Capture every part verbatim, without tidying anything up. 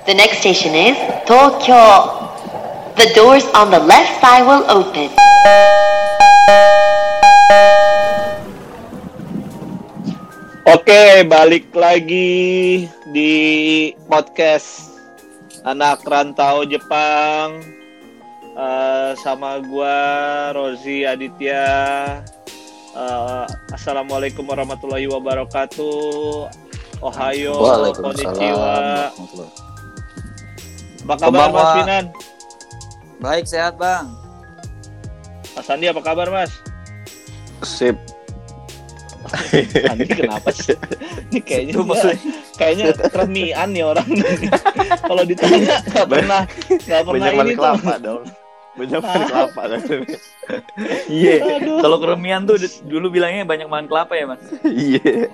The next station is Tokyo. The doors on the left side will open. Oke, balik lagi di podcast Anak Rantau Jepang uh, sama gua Rozi Aditya. Uh, Assalamualaikum warahmatullahi wabarakatuh. Ohayo, konnichiwa. Apa kabar Mas Finan? Baik, sehat Bang. Mas Andi apa kabar Mas? Sip. Andi kenapa sih? Ini kayaknya dia, kayaknya kremian nih orang. Kalau ditanya nggak pernah nggak pernah banyak ini kelapa dong. Banyak makan kelapa dong. Iya. Kalau keremian tuh dulu bilangnya banyak makan kelapa ya Mas. Iya.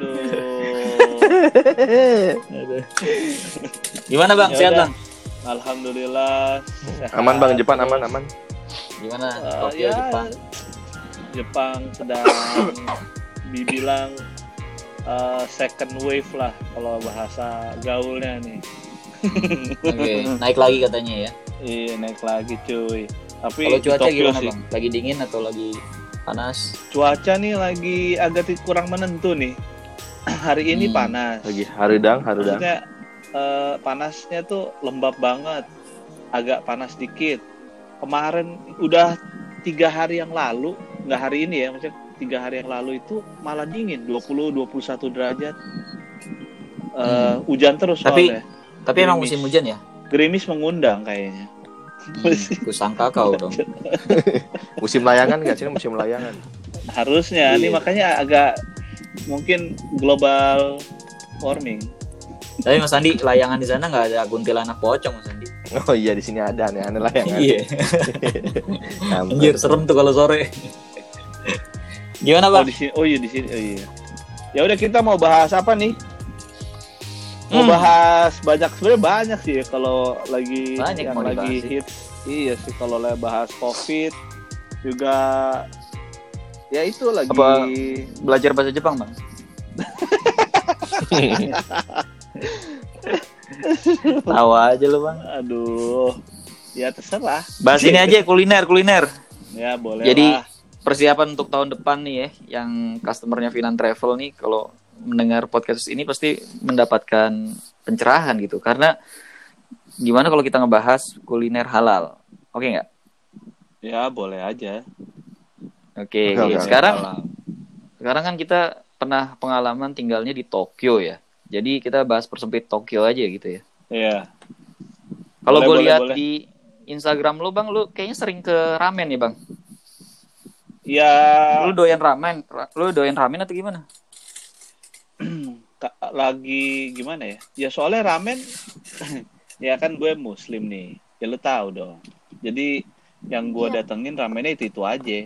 Aduh. Gimana Bang? Ya Sehat udah. Bang? Alhamdulillah. Sehat. Aman Bang, Jepang aman aman. Gimana? Uh, Tokyo ya, Jepang. Jepang sedang dibilang uh, second wave lah kalau bahasa gaulnya nih. Oke, naik lagi katanya ya. Iya, naik lagi cuy. Tapi Kalau di cuaca Tokyo gimana sih, Bang? Lagi dingin atau lagi panas? cuaca nih lagi agak kurang menentu nih. Hari ini Hmm. panas. Lagi harudang harudang. Maksudnya uh, panasnya tuh lembab banget. Agak panas dikit. Kemarin udah tiga hari yang lalu, nggak hari ini ya, maksudnya tiga hari yang lalu itu malah dingin, dua puluh sampai dua puluh satu derajat. Uh, Hmm. Hujan terus Tapi soalnya. tapi emang Gerimis. musim hujan ya? Gerimis mengundang kayaknya. Hmm, kusangka kau dong. Musim layangan nggak sih? Musim layangan. Harusnya, ini Iya. makanya agak mungkin global warming. Tapi Mas Andi, layangan di sana nggak ada kuntilanak pocong Mas Andi. Oh iya, di sini ada aneh-aneh layangan. Iya. Anjir, serem tuh kalau sore. Gimana Oh Bang? di sini, oh iya di sini, oh iya. Ya udah, kita mau bahas apa nih? Mau Hmm. bahas banyak, sebenarnya banyak sih ya, kalau lagi Banyak yang mau lagi dibahas sih. hit. Iya sih, kalau lagi bahas COVID juga ya itu lagi. Apa? Belajar bahasa Jepang Bang? Tawa aja lu Bang. Aduh, ya terserah. Bahas ini aja, kuliner, kuliner. Ya boleh Jadi lah. persiapan untuk tahun depan nih ya, yang customernya Finan Travel nih, kalau mendengar podcast ini pasti mendapatkan pencerahan gitu. Karena gimana kalau kita ngebahas kuliner halal? Oke nggak? Ya boleh aja. Oke. Oke, oke. Sekarang, Halal. sekarang kan kita pernah pengalaman tinggalnya di Tokyo ya. Jadi kita bahas persempit Tokyo aja gitu ya. Iya. Kalau Boleh, gue boleh, lihat boleh. di Instagram lu Bang, lu kayaknya sering ke ramen ya Bang. Ya Lu doyan ramen? Ra- Lu doyan ramen atau gimana? ka- lagi gimana ya? Ya soalnya ramen ya kan gue muslim nih. Ya lu tahu dong. Jadi yang gue datengin ramennya itu itu aja.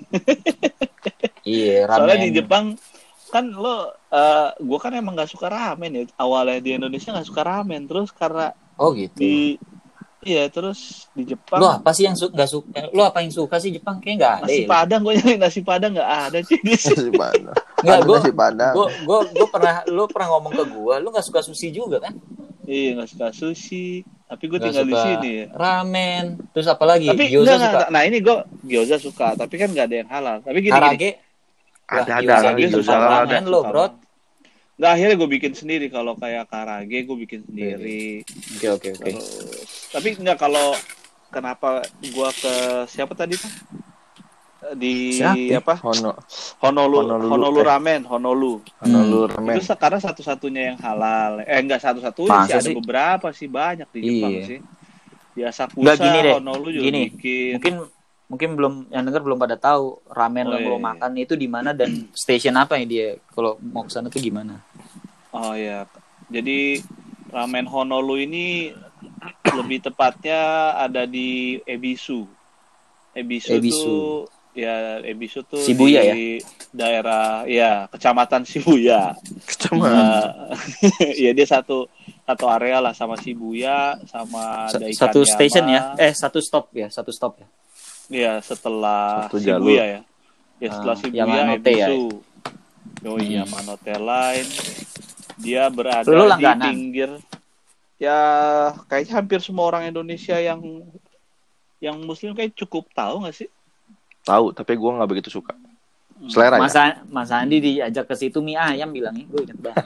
Iya, ramen. Soalnya di Jepang kan lo, eh gue kan emang nggak suka ramen ya. Awalnya di Indonesia nggak suka ramen, terus karena Oh gitu. di iya terus di Jepang Lu apa sih yang su- gak suka? Lu apa yang suka sih Jepang? Kayaknya nggak ada. nasi ya. padang, gue nyari nasi padang nggak ada cuy di sini. Nasi padang. Nggak, Ada gua- nasi padang. Gue gue gue pernah lu pernah ngomong ke gue, lu nggak suka sushi juga kan? Iya nggak suka sushi, tapi gue Nggak tinggal di suka sini. Ya. ramen. Terus apa lagi? Tapi Gyoza enggak, suka. enggak, nah ini gue gyoza suka, tapi kan nggak ada yang halal. Tapi gini, gini. Karage. Ada Wah, ada gyoza lagi dia gyoza suka ada. ramen lo, bro. Nggak, akhirnya gue bikin sendiri. Kalau kayak karage gue bikin sendiri. Oke oke oke. Terus, tapi enggak, kalau kenapa gue ke siapa tadi tuh? Di Siapa? apa? Hono. Honolulu, Honolulu, Honolulu eh. ramen, Honolulu. Honolulu Hmm. ramen. Itu sekarang satu-satunya yang halal. Eh enggak satu-satunya Masa sih, ada sih? beberapa sih, banyak di Jepang Iya. sih. Di Asakusa, Nggak, gini deh, Honolulu juga gini. bikin. Mungkin mungkin belum yang denger belum pada tahu ramen Oh, yang iya, lo iya. makan itu di mana dan station apa yang dia kalau mau ke sana tuh gimana? Oh ya, jadi ramen Honolulu ini lebih tepatnya ada di Ebisu. Ebisu, Ebisu. tuh ya Ebisu tuh Shibuya di daerah ya kecamatan Shibuya. Kecamatan. Nah, ya dia satu satu area lah sama Shibuya sama Sa- Daikanyama. Satu station ya? Eh satu stop ya, satu stop ya. Ya setelah Satu Shibuya jalur. ya. Ya setelah Ah, Shibuya Yamanote ya. Ebisu. Oh iya, Hmm. Yamanote Line. Dia berada Lu di langganan? pinggir. ya kayaknya hampir semua orang Indonesia yang yang Muslim kayak cukup tahu nggak sih? Tahu, tapi gue nggak begitu suka. Selera Mas, ya. Mas Andi diajak ke situ mie ayam bilangnya, gue inget banget.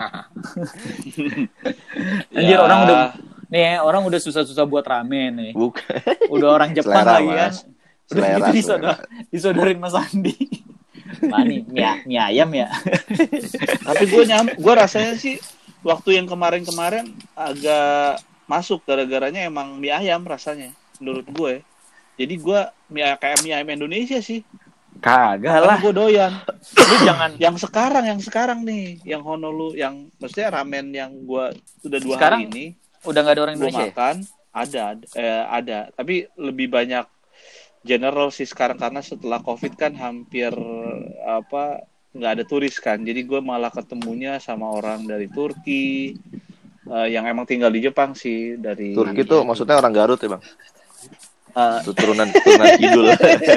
Anjir, Ya. orang udah nih ya, orang udah susah-susah buat ramen nih. Bukan. Udah orang Jepang Selera, lagi kan. Mas. Udah Selera, gitu disodor, disodorin Mas Andi. Mani, mie, mie ayam ya. Tapi gue nyam, gue rasanya sih waktu yang kemarin-kemarin agak masuk gara-garanya emang mie ayam rasanya menurut gue. Jadi gue mie kayak mie ayam Indonesia sih. Kagak lah. Makanya gue doyan. Lu jangan Yang sekarang, yang sekarang nih, yang Honolulu, yang maksudnya ramen yang gue sudah dua Sekarang hari ini udah nggak ada orang gue Indonesia. Ya? makan, ada, ada, eh, ada. Tapi lebih banyak general sih sekarang karena setelah COVID kan hampir apa nggak ada turis kan. Jadi gue malah ketemunya sama orang dari Turki eh, yang emang tinggal di Jepang sih dari Turki tuh maksudnya orang Garut ya bang? Eh, Itu turunan turunan kidul.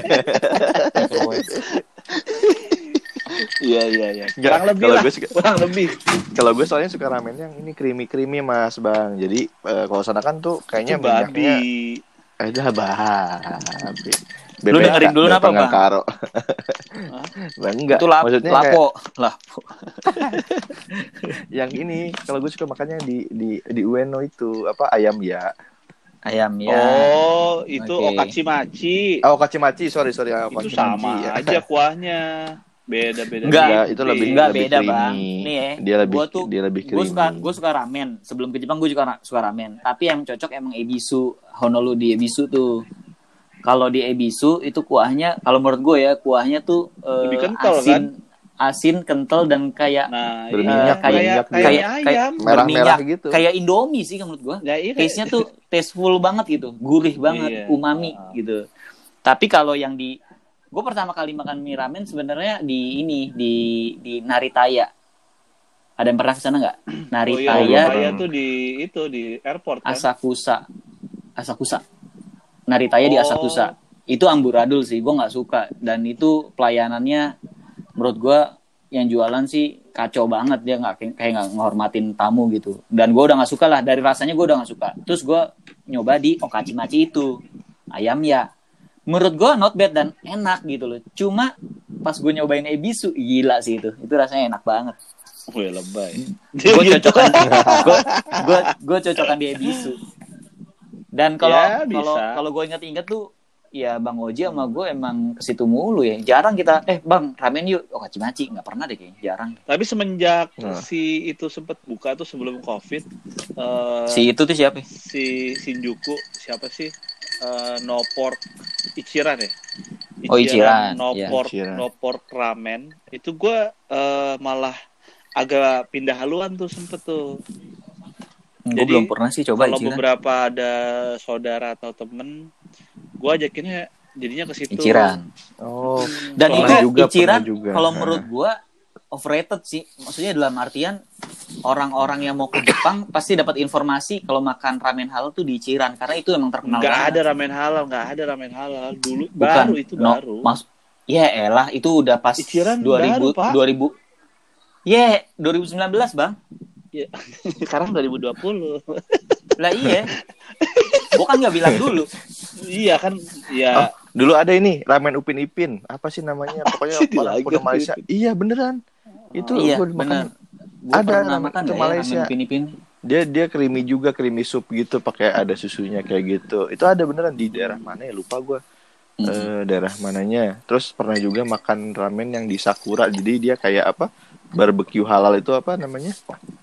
Iya iya iya. Nggak, Kurang lebih kalau lah. gue suka- Kurang lebih. Kalau gue soalnya suka ramen yang ini creamy creamy mas bang. Jadi eh, kalau sana kan tuh kayaknya Itu babi. minyaknya eh dah babi. Lu dengerin dulu apa, Bang? Karo. Bang enggak. Itu lap, Maksudnya kayak lapo. Lapo. yang ini kalau gue suka makannya di di di Ueno itu apa ayam ya. Ayam ya. Oh, itu Oke. okachimachi. Oh kacimaci sorry sorry ah, Itu okachimachi. sama aja kuahnya. Beda-beda. Enggak, Enggak, itu lebih Enggak lebih beda creamy. bang. Nih ya, Dia lebih gua tuh, dia lebih gue creamy. suka gue suka ramen. Sebelum ke Jepang gue juga ra- suka ramen. Tapi yang cocok emang Ebisu, Honolulu di Ebisu tuh. Kalau di Ebisu itu kuahnya, kalau menurut gue ya kuahnya tuh eh, Lebih kental, asin, kan? asin kental dan kayak Nah, Berminyak, iya, kayak kayak berminyak kayak kayak mie kayak ayam. Merah-merah berminyak, gitu. kayak Indomie sih menurut gue. Ya, iya. Taste-nya tuh tasteful banget gitu, gurih banget, Iya. umami Ah. gitu. Tapi kalau yang di gue pertama kali makan mie ramen sebenarnya di ini di di Naritaya. Ada yang pernah kesana nggak? Oh iya, Naritaya, Naritaya tuh di itu di airport kan. Asakusa, Asakusa. Naritaya di Oh. Asakusa. Itu amburadul sih, gue nggak suka. Dan itu pelayanannya menurut gue yang jualan sih kacau banget, dia nggak kayak kayak nggak ngehormatin tamu gitu. Dan gue udah nggak suka lah, dari rasanya gue udah nggak suka. Terus gue nyoba di Okachimachi itu ayam ya, menurut gue not bad dan enak gitu loh. Cuma pas gue nyobain Ebisu gila sih itu, itu rasanya enak banget. Wih, lebay. Gue cocokan, gue gue gue cocokan di Ebisu. Dan kalau Ya, kalau bisa. kalau gue inget-inget tuh, ya Bang Oji sama gue emang ke situ mulu ya. Jarang kita, eh Bang ramen yuk, oh Okachimachi nggak pernah deh kayaknya, jarang. Tapi semenjak Nah. si itu sempat buka tuh sebelum COVID, eh, Si itu tuh siapa? si Shinjuku siapa sih? Eh, no pork Ichiran ya? Oh, Ichiran, no iya. pork Ichiran. no pork ramen. Itu gue eh, malah agak pindah haluan tuh sempet tuh. Gue Jadi, belum pernah sih coba Kalau Ichiran. beberapa ada saudara atau temen, gue ajakinnya jadinya ke situ. Ichiran. Oh. Dan Pernah itu juga, Ichiran pernah juga. kalau Nah. menurut gue overrated sih. Maksudnya dalam artian orang-orang yang mau ke Jepang pasti dapat informasi kalau makan ramen halal tuh di Ichiran karena itu emang terkenal Nggak banget. ada ramen halal, nggak ada ramen halal dulu. Bukan, baru itu no, baru. Mas, ya elah itu udah pas Ichiran dua ribu, baru, Pak. dua ribu. Ya, dua ribu sembilan belas, Bang. Ya, sekarang dua ribu dua puluh. Lah iya. Gua kan nggak bilang dulu. Iya kan, ya. Oh, dulu ada ini ramen Upin Ipin. Apa sih namanya? Pokoknya sih orang dilagak kuda Malaysia. Upin. Iya beneran. Itu iya, gua makan. benar. Gua Ada pernah ramen makan itu nggak ya Malaysia. ramen Upin-Ipin? Dia dia creamy juga, creamy soup gitu, pakai ada susunya kayak gitu. Itu ada beneran di daerah mana ya? Lupa gua. Hmm. Eh, daerah mananya. Terus pernah juga makan ramen yang di Sakura. Jadi dia kayak apa? Barbecue halal itu apa namanya?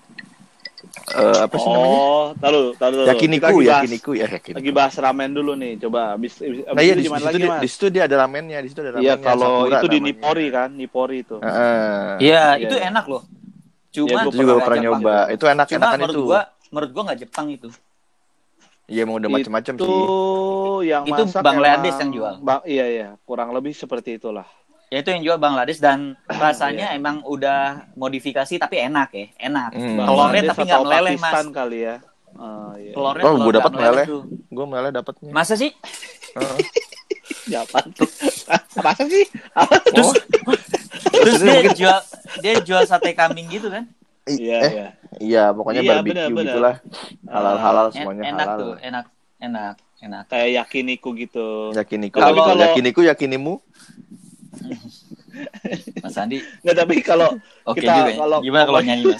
Eh, apa sih namanya? Oh, tahu, tahu, tahu. Yakiniku, Kita lagi bahas- yakiniku ya, yakiniku. Lagi bahas ramen dulu nih, coba. Abis, abis, Nah iya itu di, di mana di lagi, situ dia, Mas? di situ dia ada ramennya, di situ ada Iya, ramennya. kalau Sakura itu di namanya. Nippori kan, Nippori itu. Heeh. Iya, Iya, itu iya. enak loh. Cuma Iya, gua Itu juga nggak pernah Jepang. nyoba. Itu enak Cuma enakan menurut itu. gua, menurut gua nggak Jepang itu. Iya emang udah macam-macam Itu sih. yang Itu masak Bangladesh emang- yang jual. Bang, iya, iya. Kurang lebih seperti itulah. Ya itu yang jual Bangladesh dan rasanya Iya. emang udah modifikasi tapi enak ya, enak. Hmm. Telurnya Bangladesh tapi atau nggak meleleh mas. Pakistan kali ya. Oh, iya. Telurnya Oh, telur gua nggak dapat meleleh. tuh. Gue malah dapatnya. Masa sih? Heeh. Ya, apa tuh? Masa sih? Apa? Terus Oh, terus maksudnya dia mungkin- jual dia jual sate kambing gitu kan? I- Iya, eh iya. iya pokoknya Iya, barbecue benar, benar. gitulah. Halal-halal En- semuanya enak halal. tuh, enak, enak, enak. Kayak yakiniku gitu. Yakiniku, Nah, tapi Kalau- kalau yakiniku, yakinimu. Mas Andi, nggak, tapi kalau oke kita juga. Ya. kalau Gimana kalau ngomong- nyanyi Mas?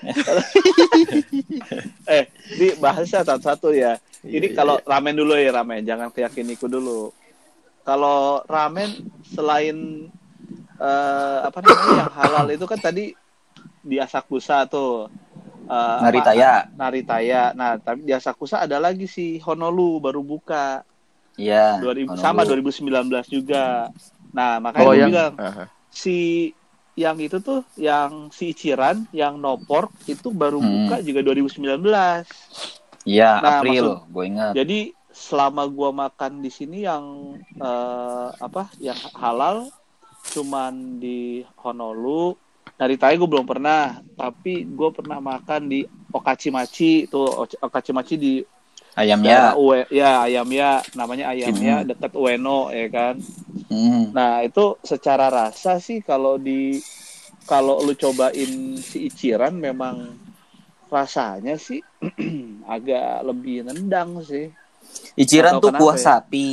eh, di bahasa satu-satu ya. Iya, Ini iya, kalau iya. ramen dulu ya, ramen. Jangan ke yakiniku dulu. Kalau ramen selain eh, apa namanya yang halal itu kan tadi di Asakusa tuh. Eh, Naritaya. apa? Naritaya. Nah, tapi di Asakusa ada lagi si Honolulu baru buka. Iya. dua ribu Honolulu. sama dua ribu sembilan belas juga. Nah, makanya Oh gue yang bilang aha. si yang itu tuh yang si Ichiran yang no pork itu baru Hmm. buka juga dua ribu sembilan belas. Iya, Nah, April, maksud- gue ingat. Jadi selama gua makan di sini yang eh, apa yang halal cuman di Honolulu. Dari Thai gue belum pernah, tapi gue pernah makan di Okachimachi tuh Okachimachi di Ayamnya. daerah Ue, ya Ayamya, namanya Ayamya Hmm. dekat Ueno ya kan. Hmm. Nah itu secara rasa sih kalau di kalau lu cobain si Ichiran memang rasanya sih agak lebih nendang sih. Ichiran Nggak tahu tuh kenapa kuah ya. sapi.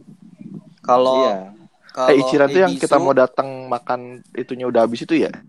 Kalau Iya. kalau Eh Ichiran tuh yang Ebisu, kita mau datang makan itunya udah habis itu ya?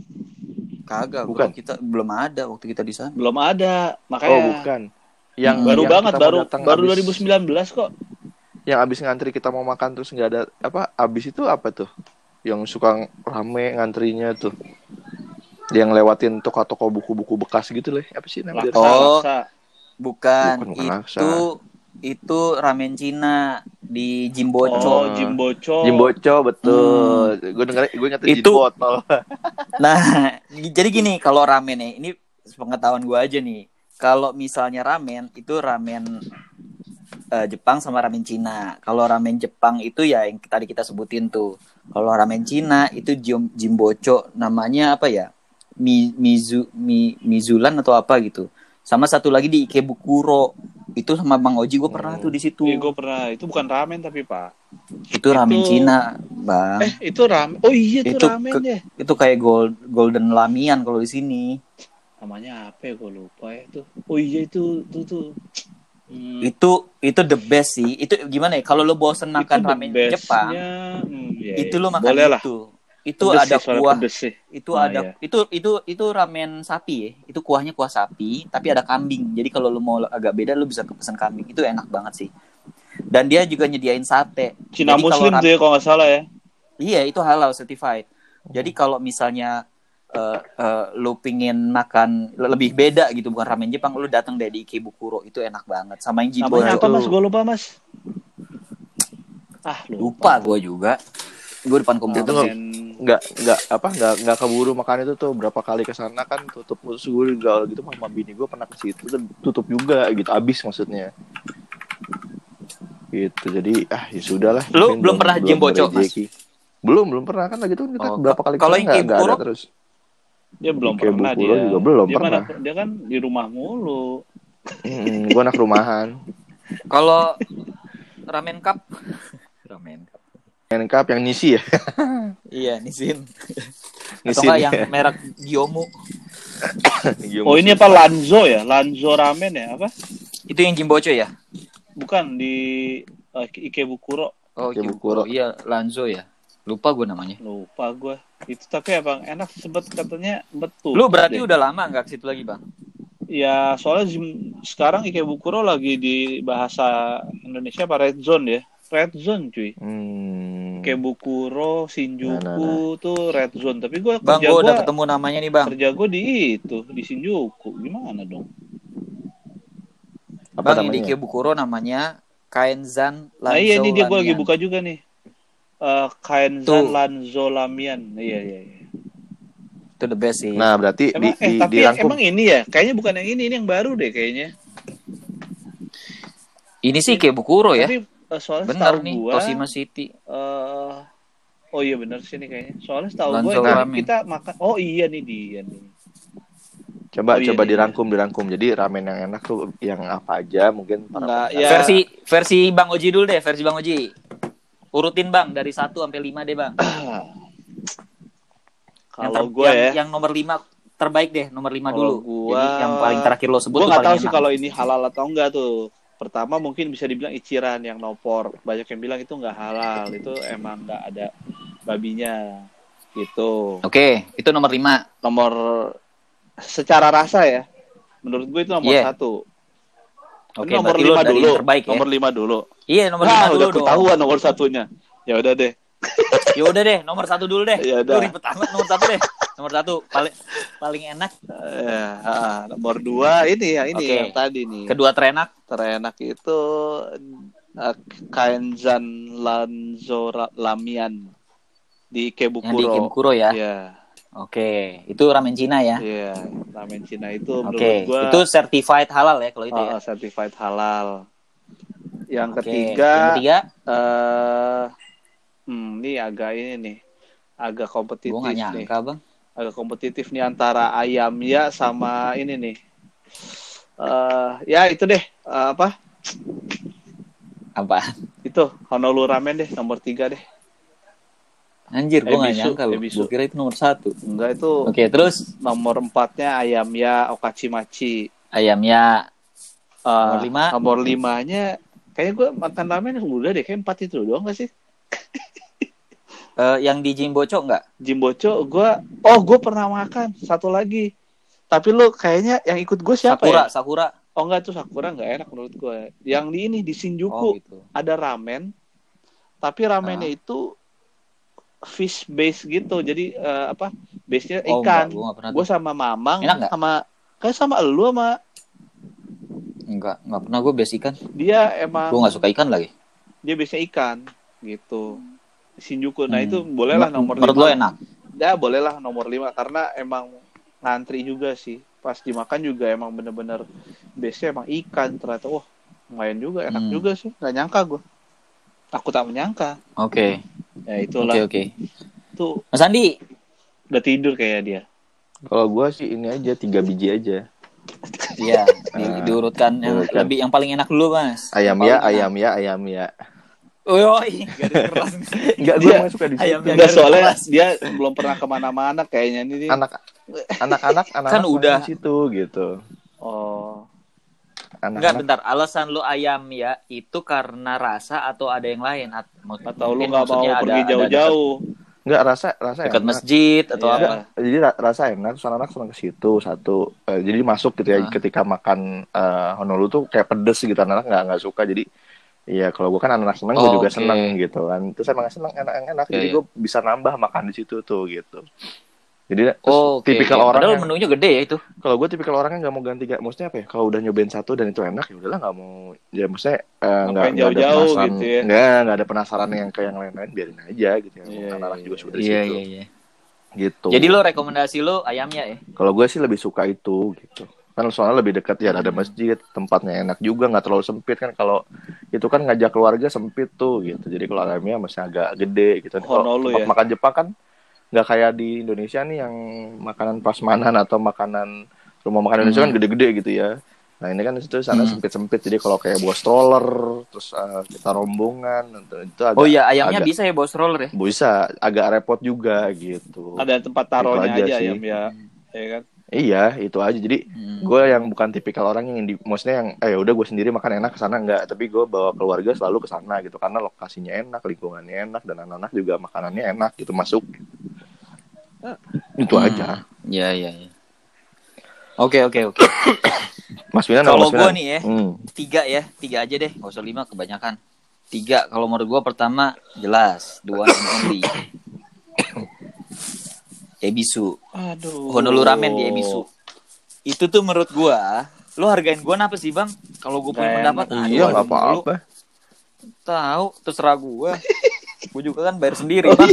kagak, Bukan. bro. Kita belum ada waktu kita di sana. Belum ada, makanya Oh bukan. Yang Hmm. baru yang banget, kita mau baru datang baru abis- dua ribu sembilan belas kok. Yang abis ngantri kita mau makan terus nggak ada apa? Abis itu apa tuh? Yang suka rame ngantrinya tuh. Yang lewatin toko-toko buku-buku bekas gitu loh. Apa sih namanya? Laksa, Oh. laksa. Bukan, Bukan, bukan laksa. itu itu ramen Cina di Jimbocho. Oh, Jimbocho. Jimbocho betul. Gue denger gue ingat Itu- Jinbotol. Nah, jadi gini kalau ramen nih, ini pengetahuan gue aja nih. Kalau misalnya ramen itu ramen eh, Jepang sama ramen Cina. Kalau ramen Jepang itu ya yang tadi kita sebutin tuh. Kalau ramen Cina itu Jim, Jimbocho, namanya apa ya? Mi, Mizu Mi, Mizulan atau apa gitu. Sama satu lagi di Ikebukuro. Itu sama Bang Oji gue pernah Hmm. tuh di situ. Iya, gue pernah. Itu bukan ramen tapi Pak. Itu ramen itu- Cina, Bang. Eh, itu ramen. Oh iya, itu, Itu ramen ke- ya. Itu kayak gold, golden lamian kalau di sini. Namanya apa ya? Gue lupa ya itu. Oh iya itu itu tuh. Hmm, Itu itu the best sih. Itu gimana ya? Kalau lo bosen makan the ramen best-nya, Jepang, hmm, iya, itu iya. lo makan Boleh lah. itu. Itu Pedes ada sih, soalnya kuah. pedes sih. Itu Nah, ada iya. itu itu itu ramen sapi ya. Itu kuahnya kuah sapi, tapi ada kambing. Jadi kalau lo mau agak beda lo bisa pesan kambing. Itu enak banget sih. Dan dia juga nyediain sate. Cina Jadi kalau Muslim ram- tuh ya kalau nggak salah ya. Iya, itu halal certified. Jadi kalau misalnya uh, uh, lu pingin makan lebih beda gitu, bukan ramen Jepang, lu datang dari Ikebukuro, itu enak banget. Sama yang Jimbocho. Namanya apa itu- Mas? Gue lupa Mas. Ah Lupa gue juga. Gue depan komputer. Itu Ramen. nggak nggak apa nggak nggak keburu makan itu tuh berapa kali ke sana kan tutup terus gue gaul gitu sama bini gue pernah ke situ tuh tutup juga gitu abis maksudnya gitu jadi ah ya sudahlah. Lu Mungkin belum pernah Jimbocho, Mas? merejeki. Belum belum pernah kan lagi tuh kita Oh, berapa kali kalau kesana yang nggak nggak ada Ikebukuro? terus. Dia belum Kayak pernah Bukuro dia. juga belum dia pernah. mana- dia kan di rumah mulu. Hmm, gue anak rumahan. Kalau ramen cup, ramen cup. Yang cup yang Nisi ya. Iya, Nissin. Atau Nissin, enggak ya. yang merek Gyomu. Oh ini apa Lanzo ya? Lanzo ramen ya? Apa? Itu yang Jimbocho ya? Bukan di uh, Ikebukuro. Oh, Ikebukuro. Ikebukuro. Iya, Lanzo ya. Lupa gue namanya. Lupa gue. Itu tapi abang enak sempet katanya betul. Lu berarti udah lama nggak ke situ lagi, Bang? Ya soalnya Zim- sekarang Ikebukuro lagi di bahasa Indonesia apa red zone ya? Red zone cuy. Hmm. Ikebukuro, Shinjuku Nah, nah, tuh red zone. Tapi gue Bang, kerja gue udah gue ketemu namanya nih, Bang. kerja gue di itu di Shinjuku. Gimana dong? Apa Bang, yang di namanya? Ikebukuro namanya Kaenzan Lanzo Nah iya ini dia gue lagi Lamian. buka juga nih. Uh, Kaenzan Tuh. Lanzo Lamian. Iya iya iya. Itu the best sih. Nah berarti di, Emang eh di, tapi dirangkum. emang ini ya? Kayaknya bukan yang ini, ini yang baru deh kayaknya. Ini sih Ikebukuro ya. Tapi uh, soalnya Bener setahu nih, gua, Toshima City. eh, oh iya bener sih nih kayaknya. Soalnya setahu gue Lanzo tadi ramen. kita makan. Oh iya nih dia nih. Coba Oh, iya, coba iya. dirangkum dirangkum. Jadi ramen yang enak tuh yang apa aja mungkin para Nggak, pendengar. ya. Versi versi Bang Oji dulu deh, versi Bang Oji. Urutin Bang dari satu sampai lima deh, Bang. Yang Kalau ter- gue yang, ya, yang nomor lima terbaik deh, nomor lima Kalau dulu. gua- Jadi yang paling terakhir lo sebut Gue tuh nggak paling tahu sih enak. kalau ini halal atau enggak tuh. Pertama mungkin bisa dibilang Ichiran yang nopor. Banyak yang bilang itu nggak halal, itu emang nggak ada babinya gitu. Oke, itu nomor lima. Nomor secara rasa ya, menurut gue itu nomor Iya. satu. Oke, nomor berarti lo lima dari dulu. yang terbaik ya. Nomor lima dulu. Iya, nomor Nah, lima dulu udah dong. ketahuan nomor satunya. Ya udah deh. Ya udah deh, nomor satu dulu deh. Ya Lu udah. ribet amat nomor satu deh. Nomor satu paling paling enak. Ya, ah, nomor dua ini ya ini Oke. yang tadi nih. Kedua terenak. Terenak itu uh, Kaenzan Lanzora Lamian di Ikebukuro. Yang di Ikebukuro ya. Iya, Oke, itu ramen Cina ya. iya. Ramen Cina itu menurut Oke, gua itu certified halal ya kalau itu ya. uh, certified halal. Yang Oke, ketiga, yang ketiga, eh hmm, ini agak ini nih, agak kompetitif gue gak nih, nyangka bang. agak kompetitif nih antara ayam ya sama ini nih. Eh ya itu deh, eh, apa? Apa? Itu Honolulu Ramen deh, nomor tiga deh. Anjir, gue gak Ebisu, nyangka loh. Ebisu. Gue kira itu nomor satu. Enggak itu Oke, terus nomor empatnya ayam ya Okachimachi. ayamnya Eh, Nomor lima? Nomor limanya kayaknya gue makan ramen udah deh, kayak empat itu doang gak sih? eh, yang di Jimbocho nggak? Jimbocho gue, oh gue pernah makan satu lagi. Tapi lu kayaknya yang ikut gue siapa Sakura, ya? Sakura. Oh enggak, tuh Sakura nggak enak menurut gue. Yang di ini di Oh Shinjuku gitu. ada ramen, tapi ramennya Ah. itu fish base gitu. Jadi eh, apa? Base-nya Oh, ikan. enggak, gua nggak pernah Gue tuh. sama Mamang Enak nggak? sama kayak sama elu sama Enggak, nggak pernah gue base ikan. dia emang Gue nggak suka ikan lagi. dia biasanya ikan gitu. Shinjuku. Nah, Hmm. itu bolehlah Men- nomor Menurut lima. lo enak? Ya, bolehlah nomor lima karena emang ngantri juga sih. Pas dimakan juga emang bener-bener base-nya emang ikan. Ternyata wah, lumayan juga, enak Hmm. juga sih. Nggak nyangka gue. Aku tak menyangka. Oke, Ya oke itulah. oke. Tuh Mas Andi, udah tidur kayak dia. Kalau gue sih ini aja tiga biji aja. iya di, Ah, diurutkan yang diurutkan. lebih yang paling enak dulu mas. Ayam Yang ya, paling ayam ya, ayam ya. enak. Woi, garis keras. Enggak, gue Dia- emang suka di ayam situ. ya. Enggak, garis soalnya keras. dia belum pernah kemana-mana kayaknya ini. dia. Anak, anak-anak, anak Kan udah. di situ gitu. Oh, Enggak, Anak-anak. bentar. Alasan lu ayam ya itu karena rasa atau ada yang lain? At- mak- atau lu mungkin nggak mau maksudnya ada- pergi ada jauh-jauh. Enggak, rasa rasa dekat enak. masjid atau Iya. apa? Jadi ra- rasa enak, terus anak senang ke situ satu. Eh, jadi masuk gitu ya Ah. ketika makan eh, Honolulu tuh kayak pedes gitu, anak nggak nggak suka. Jadi iya kalau gue kan anak senang, gue Oh, juga oke. seneng gitu kan. Terus emang seneng enak-enak, Iya, jadi iya. gue bisa nambah makan di situ tuh gitu. Jadi terus Oh, oke. tipikal orang Padahal yang, menunya gede ya itu. kalau gue tipikal orang yang nggak mau ganti, gak, maksudnya apa ya? Kalau udah nyobain satu dan itu enak, ya udahlah nggak mau. Ya maksudnya eh, nggak Ngapain nggak ada jauh-jauh penasaran, gitu ya? nggak nggak ada penasaran yang kayak yang lain-lain, biarin aja gitu ya. Iya, Anak-anak iya, juga iya. sudah di Iya, situ, iya, iya. gitu. Jadi lo rekomendasi lo ayamnya ya? Kalau gue sih lebih suka itu gitu. Kan soalnya lebih dekat ya, ada masjid, tempatnya enak juga, nggak terlalu sempit kan. Kalau itu kan ngajak keluarga sempit tuh gitu. Jadi kalau ayamnya masih agak gede gitu. Kalau Honolulu tempat ya? makan Jepang kan nggak kayak di Indonesia nih yang makanan prasmanan atau makanan rumah makan Indonesia Hmm. kan gede-gede gitu ya. Nah ini kan itu sana Hmm. sempit-sempit. Jadi kalau kayak bawa stroller, terus uh, kita rombongan, itu agak, Oh iya, ayamnya agak, bisa ya bawa stroller ya? bisa agak repot juga gitu. Ada tempat taruhnya Itu aja aja, sih. ayam ya. Ya kan? Iya, itu aja. Jadi Hmm. gue yang bukan tipikal orang yang di, maksudnya yang eh udah gue sendiri makan enak ke sana enggak, tapi gue bawa keluarga selalu ke sana gitu karena lokasinya enak, lingkungannya enak, dan anak-anak juga makanannya enak gitu masuk. Itu Hmm. aja. Iya, iya, iya. Oke, oke, oke. Mas Winan, Kalau Mas Winan. gue nih ya, Hmm. tiga ya, tiga aja deh, nggak usah lima kebanyakan. Tiga, kalau menurut gue pertama jelas, dua and only. Ebisu, Aduh. Honolulu Ramen di Ebisu. Itu tuh menurut gue, lo hargain gue apa sih bang? Kalau gue punya Nggak pendapat, enak. ah, Iya dua nggak mulu. apa-apa. Tahu, terserah gue. Gue juga kan bayar sendiri bang.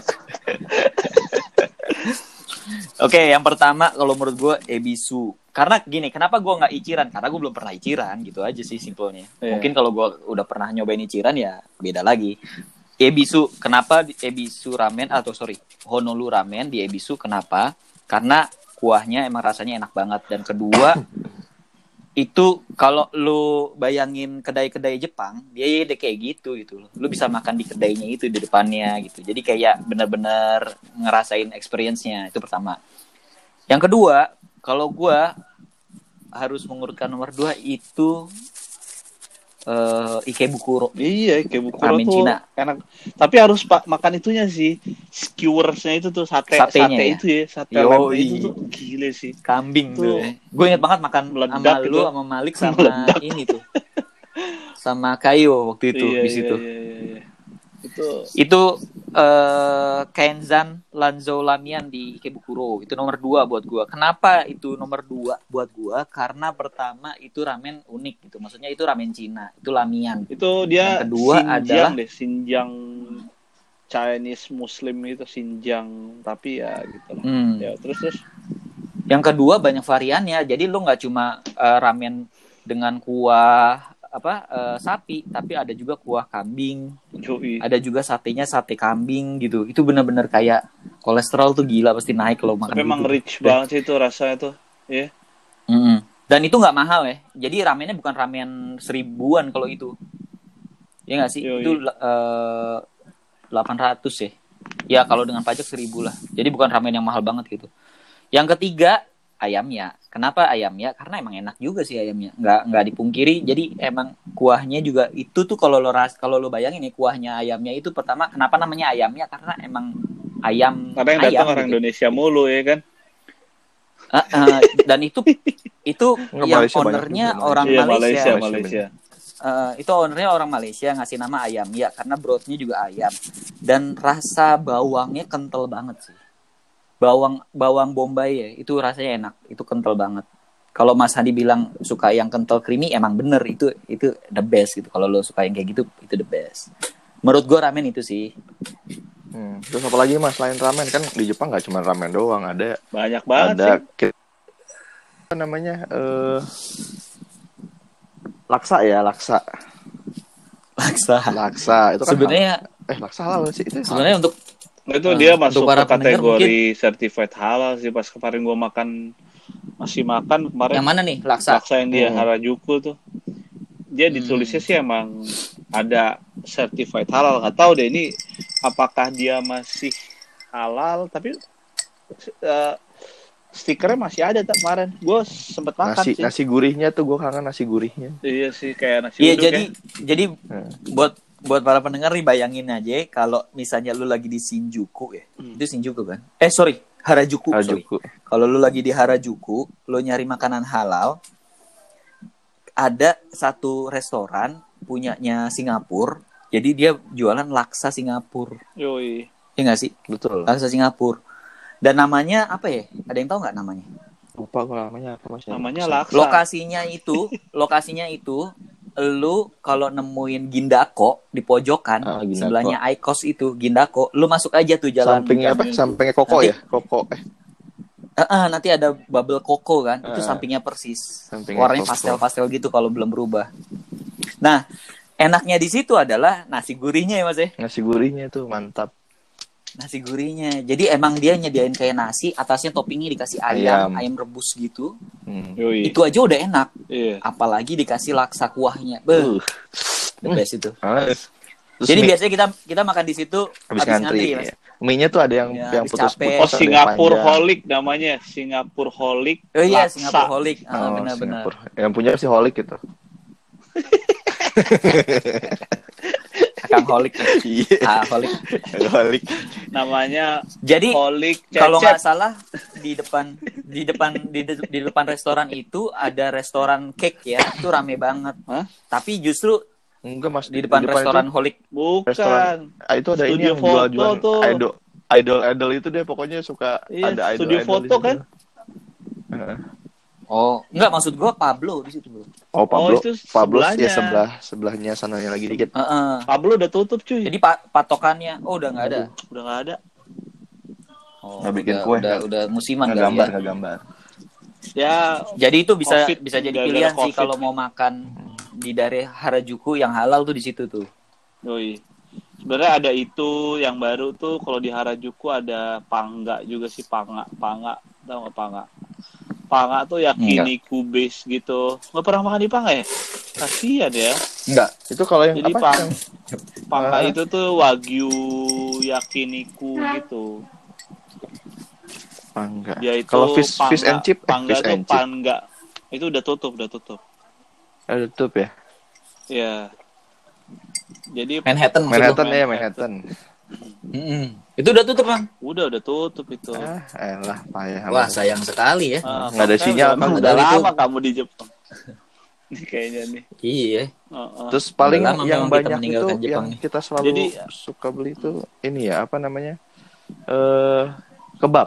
Oke, yang pertama kalau menurut gue Ebisu. Karena gini, kenapa gue nggak Ichiran? Karena gue belum pernah Ichiran, gitu aja sih simpelnya. Iya. Mungkin kalau gue udah pernah nyobain Ichiran ya beda lagi. Ebisu, kenapa di Ebisu Ramen atau sorry Honolulu Ramen di Ebisu? Kenapa? Karena kuahnya emang rasanya enak banget. Dan kedua itu kalau lu bayangin kedai-kedai Jepang, dia ya kayak gitu gitu loh. Lu bisa makan di kedainya itu di depannya gitu. Jadi kayak bener-bener ngerasain experience-nya. Itu pertama. Yang kedua, kalau gua harus mengurutkan nomor dua itu uh, Ikebukuro. Iya, Ikebukuro Ramen tuh Cina. enak. Tapi harus pak makan itunya sih, skewersnya itu tuh sate Satenya sate ya? itu ya, sate Yoi. lemnya itu tuh gile sih. Kambing Itu tuh. Ya. Gue inget banget makan meledak sama itu. lu, sama Malik, sama Meledak. ini tuh. Sama Kayo waktu itu Iya, di iya, situ. iya, iya, iya. Itu Itu uh, Kenzan Lanzo Lamian di Ikebukuro. Itu nomor dua buat gua. Kenapa itu nomor dua buat gua? Karena pertama itu ramen unik gitu. Maksudnya itu ramen Cina. Itu Lamian. itu dia Yang kedua Xinjiang adalah deh, Xinjiang Chinese Muslim itu Xinjiang, tapi ya gitu lah. hmm, Ya, terus terus yang kedua banyak variannya. Jadi lu nggak cuma uh, ramen dengan kuah apa uh, sapi, tapi ada juga kuah kambing. Joey. Ada juga satenya sate kambing gitu. Itu benar-benar kayak kolesterol tuh gila pasti naik kalau makan Tapi emang gitu. rich banget sih itu rasanya tuh. Ya. Yeah. Mm-hmm. Dan itu nggak mahal ya. Jadi ramennya bukan ramen seribuan kalau itu. Ya nggak sih? Yoi. Itu uh, delapan ratus ya. Ya kalau dengan pajak seribu lah. Jadi bukan ramen yang mahal banget gitu. Yang ketiga ayamnya. Kenapa ayamnya? Karena emang enak juga sih ayamnya. Nggak nggak dipungkiri. Jadi emang kuahnya juga itu tuh kalau lo ras kalau lo bayangin nih kuahnya ayamnya itu pertama kenapa namanya ayamnya? Karena emang ayam. Karena yang ayam datang orang gitu. Indonesia mulu ya kan. Uh, uh, dan itu itu Nggak, yang Malaysia banyak ownernya juga, orang Iya, Malaysia. Malaysia, Malaysia. Malaysia. Uh, itu ownernya orang Malaysia ngasih nama ayam ya karena broadnya juga ayam dan rasa bawangnya kental banget sih. Bawang bawang Bombay ya itu rasanya enak, itu kental banget. Kalau Mas Hadi bilang suka yang kental creamy emang bener itu itu the best gitu. Kalau lo suka yang kayak gitu itu the best. Menurut gue ramen itu sih. Hmm. Terus apa lagi mas selain ramen kan di Jepang nggak cuma ramen doang, ada Banyak banget ada sih. apa namanya eh laksa ya laksa Laksa. laksa itu kan Sebenarnya hal- eh laksa halal sih itu sebenarnya untuk Nah, itu Uh, dia masuk untuk para ke pendengar kategori certified halal sih. Pas kemarin gua makan masih makan kemarin yang mana nih laksa? laksa yang dia Hmm. Harajuku tuh. Dia Hmm. ditulisnya sih emang ada certified halal. Nggak tahu deh ini apakah dia masih halal tapi uh, stikernya masih ada tak kemarin. Gue sempet makan nasi sih. nasi gurihnya tuh gue kangen nasi gurihnya. Iya sih kayak nasi Iya uduk jadi ya. jadi Hmm. buat buat para pendengar nih bayangin aja kalau misalnya lu lagi di Shinjuku ya. Hmm. Itu Shinjuku kan? Eh sorry, Harajuku, sorry. Harajuku. Kalau lu lagi di Harajuku, lu nyari makanan halal, ada satu restoran punyanya Singapura. Jadi dia jualan laksa Singapura. Yoi. Iya nggak sih? Betul. Laksa Singapura. Dan namanya apa ya? Ada yang tahu nggak namanya? Lupa gue namanya apa mas? Namanya laksa. Lokasinya itu, lokasinya itu, lu kalau nemuin Gindako di pojokan, Ah, Gindako. sebelahnya Aikos itu Gindako, lu masuk aja tuh jalan. Sampingnya apa? kaki. Sampingnya Koko Nanti- ya? Koko eh Eh, eh, nanti ada bubble koko kan, itu Ah. sampingnya persis. Sampingnya Warnanya Koko. pastel-pastel gitu kalau belum berubah. Nah, enaknya di situ adalah nasi gurihnya ya mas ya. nasi gurihnya tuh mantap. Nasi gurihnya. Jadi emang dia nyediain kayak nasi, atasnya toppingnya dikasih ayam, ayam, Ayam. rebus gitu. Hmm. Yoi. Itu aja udah enak. Iya. Apalagi dikasih laksa kuahnya. Beuh, Uh. the best itu. Ah, terus Jadi mie- biasanya kita kita makan di situ habis habis ngantri. ngantri, Mas. Ya. Mie-nya tuh ada yang Ya, yang habis putus-putus. capek. Oh, ada yang Singapura panjang. Holic namanya. Singapura Holic. Oh iya, laksa. Singapura Holic. Ah, Oh, benar-benar. Singapura. Yang punya si Holic gitu. Kang Holic. Iya. Ah, Holic. Holic. Namanya Jadi Holic kalau nggak Cecep. salah di depan di depan di, de- di depan restoran itu ada restoran cake ya. Itu rame banget. Hah? Tapi justru Enggak mas di depan restoran itu, Holic. Bukan. restoran ah, itu ada ini Studio yang jual-jual foto tuh. idol idol idol itu deh pokoknya suka Iya, ada idol studio idol foto kan? Oh, enggak maksud gua Pablo di situ, Bro. oh Pablo Oh, itu Pablo sebelahnya. ya sebelah sebelahnya sananya lagi dikit. Heeh. Pablo udah tutup cuy. Jadi pa- patokannya oh udah nggak ada. Udah nggak ada. Oh, Nggak bikin udah, kue, udah, nggak- udah musiman nggak kali gambar ya. nggak gambar. Ya Jadi itu bisa COVID, bisa jadi gara-gara pilihan sih COVID. kalau mau makan di daerah Harajuku yang halal tuh di situ tuh. Yoi. Sebenarnya ada itu yang baru tuh kalau di Harajuku ada pangga juga sih panga panga tahu nggak panga panga tuh yakiniku base gitu. Nggak pernah makan di panga ya? Kasian ya. Enggak itu kalau yang Jadi apa pang yang panga Ah. itu tuh wagyu yakiniku gitu. Pangga. Dia itu Kalau fish Pangga, fish and chip, eh, Pangga fish tuh and chip. Pangga. Itu udah tutup, udah tutup. Ada tutup ya? Ya. Jadi Manhattan maksud lu? Manhattan ya, Manhattan. Manhattan. Mm-mm. Itu udah tutup bang. Udah udah tutup itu. Ah, elah payah. Wah amat. sayang sekali ya. Ah, nggak ada kamu sinyal, kan Kang. udah Padahal itu- lama kamu di Jepang. Ini kayaknya nih. Iya. Heeh. Terus paling Udah lama yang memang kita banyak itu meninggalkan Jepang yang nih. kita selalu Jadi- suka beli itu ini ya, apa namanya? Eh kebab.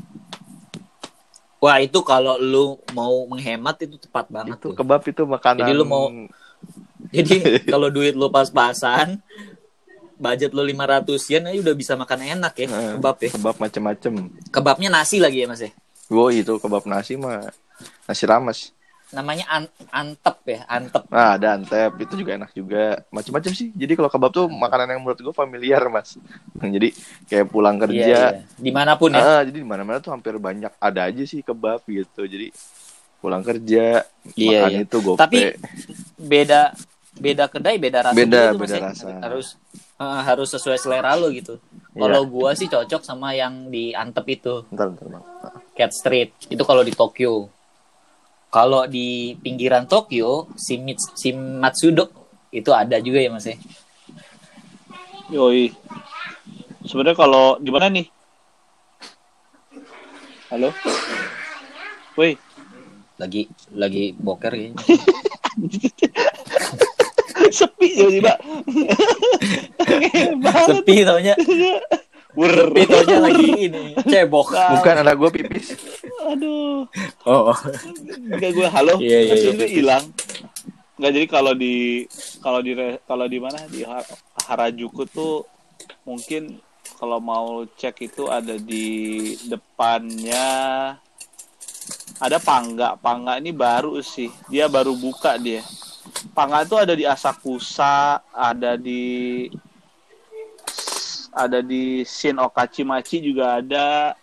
Wah itu kalau lu mau menghemat itu tepat banget Itu tuh. kebab itu makanan. Jadi lu mau- Jadi kalau duit lu pas-pasan, budget lu lima ratus yen aja udah bisa makan enak ya Eh, kebab ya. Kebab macem-macem. Kebabnya nasi lagi ya mas ya. Wow, itu kebab nasi mah nasi rames. Namanya an- antep ya, antep. Nah, ada antep, itu juga enak juga. Macam-macam sih. Jadi kalau kebab tuh makanan yang menurut gue familiar, Mas. Jadi kayak pulang Iya, kerja, iya. Dimanapun ya. ah, jadi di mana-mana tuh hampir banyak ada aja sih kebab gitu. Jadi pulang kerja, Iya, makan iya. itu gope. Tapi beda beda kedai beda rasa Beda, juga tuh, Mas, beda ya. rasa. Harus eh, harus sesuai selera lo gitu. Iya. Kalau gua sih cocok sama yang di Antep itu, Bentar, bentar, Bang. Cat Street. Itu kalau di Tokyo. Kalau di pinggiran Tokyo, Shimits- Shimatsudo itu ada juga ya Mas ya. Yoi. Sebenarnya kalau gimana nih? Halo? Woi, Lagi lagi boker ya. sepi tiba-tiba. Sepi taunya. Sepi taunya lagi ini cebok. Bukan anak gue pipis. Aduh. Oh. Enggak gue halo. Iya, iya, Terus iya. itu hilang. Enggak, jadi kalau di kalau di kalau di mana di Har- Harajuku tuh mungkin kalau mau cek itu ada di depannya ada Pangga. Pangga ini baru sih. Dia baru buka dia. Pangga itu ada di Asakusa, ada di ada di Shin Okachimachi juga ada.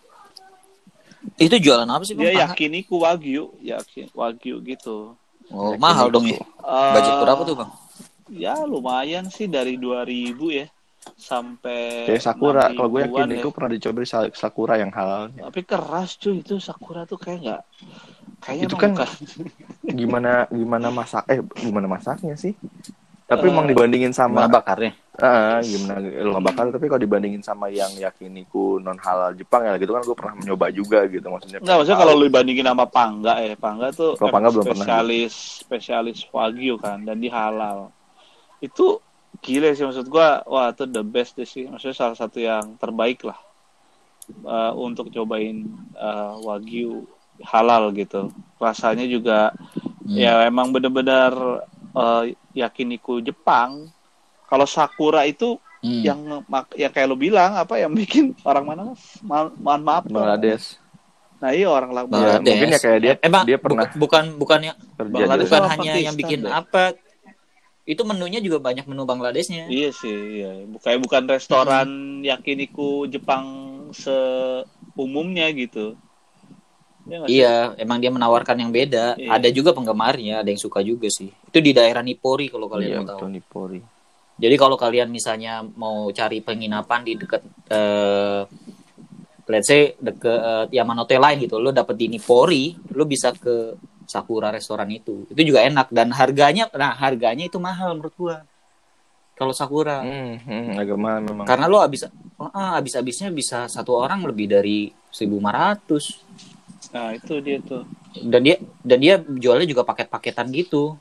Itu jualan apa sih Bang? Dia Paha? yakiniku wagyu, yakin wagyu gitu. Oh, mahal dong ya. Eh, Budget berapa tuh Bang? Ya lumayan sih dari dua ribu ya sampai Kayak Sakura. enam Kalau gue ribuan yakin ya. itu pernah dicoba di Sa- Sakura yang halal. Tapi keras cuy itu Sakura tuh kayak nggak kayaknya Itu emang kan bukan. Gimana gimana masak eh gimana masaknya sih? Tapi Eh, emang dibandingin sama Gimana bakarnya? Ah, gimana lu nggak bakal, tapi kalau dibandingin sama yang yakiniku non halal Jepang ya gitu kan gue pernah mencoba juga gitu maksudnya. Nggak, maksudnya kalau lu dibandingin sama Pangga ya, Pangga tuh Kalau emang Pangga belum pernah. spesialis spesialis wagyu kan dan di halal. Itu gile sih maksud gua, wah itu the best deh sih. Maksudnya salah satu yang terbaik lah eh, untuk cobain eh, wagyu halal gitu. Rasanya juga Hmm. ya emang benar-benar eh, yakiniku Jepang. Kalau Sakura itu Hmm. yang mak- yang kayak lu bilang apa yang bikin orang mana Mas? Ma- mohon maaf. Bangladesh. Nah iya orang lah. Bangladesh. mungkin ya kayak dia- Eh, Emang dia pernah bukan bukan bukan yang Kerja di Bangladesh bukan sama hanya yang Pakistan bikin deh. apa. Itu menunya juga banyak menu Bangladeshnya. Iya sih, iya. Kayak bukan restoran yakiniku Jepang seumumnya gitu. Iya nggak sih? Iya, emang dia menawarkan yang beda. Iya. Ada juga penggemarnya, ada yang suka juga sih. Itu di daerah Nippori kalau kalian Iya, mau tahu. betul Nippori. Jadi kalau kalian misalnya mau cari penginapan di dekat eh let's say dekat Yamanote Line gitu, lo dapet di Nippori, lo bisa ke Sakura restoran itu. Itu juga enak dan harganya, nah harganya itu mahal menurut gua. Kalau Sakura, Hmm, hmm, agak mahal memang. karena lo habis ah, habis-habisnya bisa satu orang lebih dari seribu lima ratus. Nah itu dia tuh. Dan dia dan dia jualnya juga paket-paketan gitu.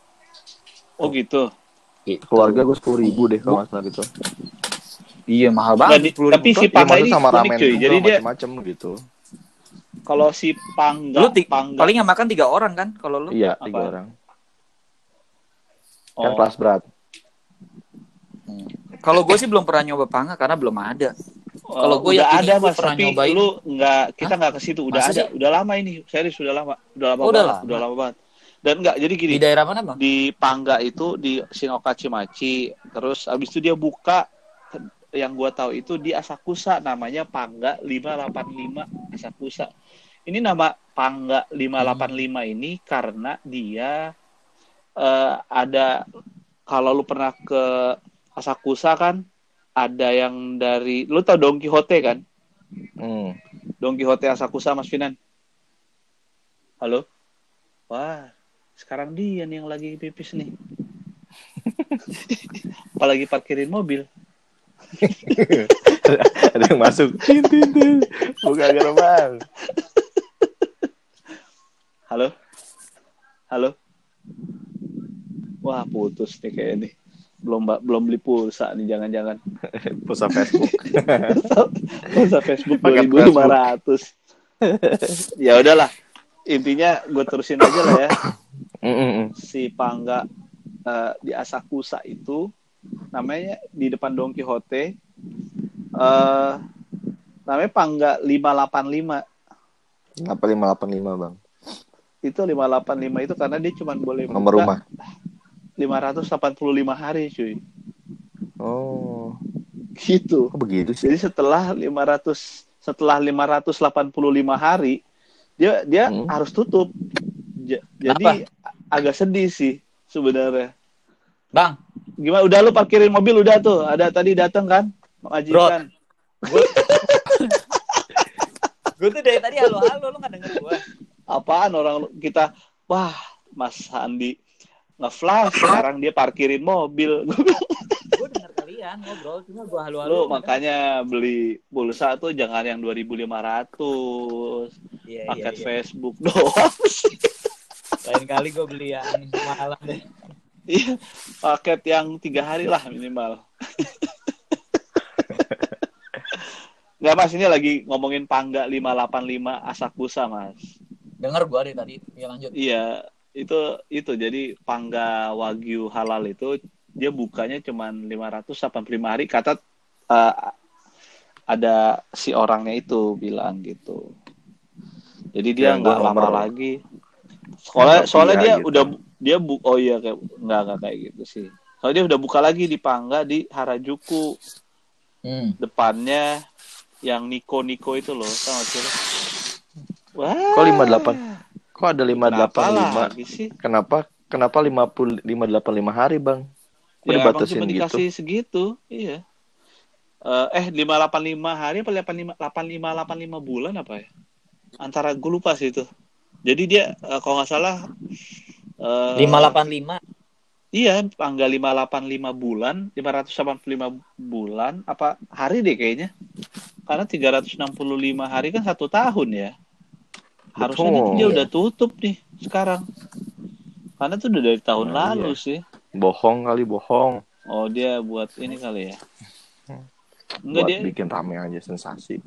Oh gitu. Gitu. Keluarga gue sepuluh ribu deh kalau nggak salah gitu. Iya mahal Nggak, banget. di- sepuluh tapi ribu. si Iya, Pangga maksudnya ini sama unik ramen cuy. juga Jadi dia macam-macam gitu. kalau si Pangga, Lu ti- Pangga. paling yang makan tiga orang kan kalau lu? Iya, Apa? tiga orang. Oh. Kan kelas berat. Kalau gue sih belum pernah nyoba pangga karena belum ada. Oh, Kalau gue udah yakin ada gua mas, pernah tapi nyobain. lu nggak, kita Hah? nggak ke situ. Udah Masa ada, sih? udah lama ini, serius udah lama, udah lama Oh, udah banget, lama? udah lama banget. Dan nggak, jadi gini, Di daerah mana bang? di Pangga itu di Shinokachimachi, terus abis itu dia buka yang gua tahu itu di Asakusa, namanya Pangga lima delapan lima Asakusa. Ini nama Pangga lima delapan lima ini karena dia eh, ada, kalau lu pernah ke Asakusa kan ada yang dari, lu tau Don Quixote kan? Hmm. Don Quixote Asakusa, Mas Finan. Halo? Wah, sekarang dia nih yang lagi pipis nih. Apalagi parkirin mobil. Ada yang masuk. Tin, tin, tin. Buka gerbang. Halo? Halo? Wah, putus nih kayak nih. Belum belum beli pulsa nih, jangan-jangan. Pulsa Facebook. Pulsa Facebook dua Paket ribu lima ratus. Ya udahlah. Intinya gue terusin aja lah ya. Mm-mm. Si Pangga uh, di Asakusa itu namanya di depan Don Quixote uh, namanya Pangga lima delapan lima. Kenapa lima delapan lima, Bang? Itu lima delapan lima itu karena dia cuma boleh buka Nomor rumah. lima ratus delapan puluh lima hari, cuy. Oh. Gitu. Kok begitu sih? Jadi setelah lima ratus setelah lima ratus delapan puluh lima hari dia dia Hmm. harus tutup. J- jadi agak sedih sih sebenarnya. Bang, Gimana, udah lu parkirin mobil udah tuh? Ada tadi datang kan? Majikan. gue gue tuh dari tadi halo-halo, lu nggak denger gue. Apaan orang kita, wah, Mas Andi nge-flash, sekarang dia parkirin mobil. Gue denger kalian ngobrol, cuma gue halo-halo. Lu makanya beli pulsa tuh jangan yang dua ribu lima ratus. Iya, Paket iya, iya. Facebook doang. Lain kali gue beli yang mahalan deh. Iya, paket yang tiga hari lah minimal. Nggak, Mas, ini lagi ngomongin Pangga lima delapan lima Asakusa, Mas. Denger gue dari tadi, ya lanjut. Iya, itu itu jadi Pangga Wagyu halal itu dia bukanya cuma lima ratus delapan puluh lima hari, kata uh, ada si orangnya itu bilang gitu. Jadi dia Yang gua nggak lama nomor- lagi. Soalnya Nomor soalnya tiga dia gitu. udah dia bu oh iya kayak nggak nggak kayak gitu sih. Soalnya dia udah buka lagi di Pangga di Harajuku, Hmm. depannya yang Niko Niko itu loh, tau gak sih lo? Wah. Kok lima puluh delapan? Kok ada lima delapan lima? lagi sih? Kenapa kenapa lima puluh lima delapan lima hari, Bang? Kok Ya emang dibatasin cuma gitu? dikasih segitu, iya. Eh, eh lima delapan lima hari apa delapan lima delapan lima delapan lima bulan apa ya? Antara gue lupa sih itu. Jadi dia eh, kalau nggak salah eh, lima delapan lima. Iya, tanggal lima delapan lima bulan, lima ratus delapan puluh lima bulan apa hari deh kayaknya. Karena tiga ratus enam puluh lima hari kan satu tahun ya. Harusnya Betul. nih dia udah tutup nih sekarang. Karena tuh udah dari tahun Nah, lalu iya. sih. Bohong kali, bohong. Oh, dia buat ini kali ya. Enggak, Buat dia bikin rame aja, sensasi.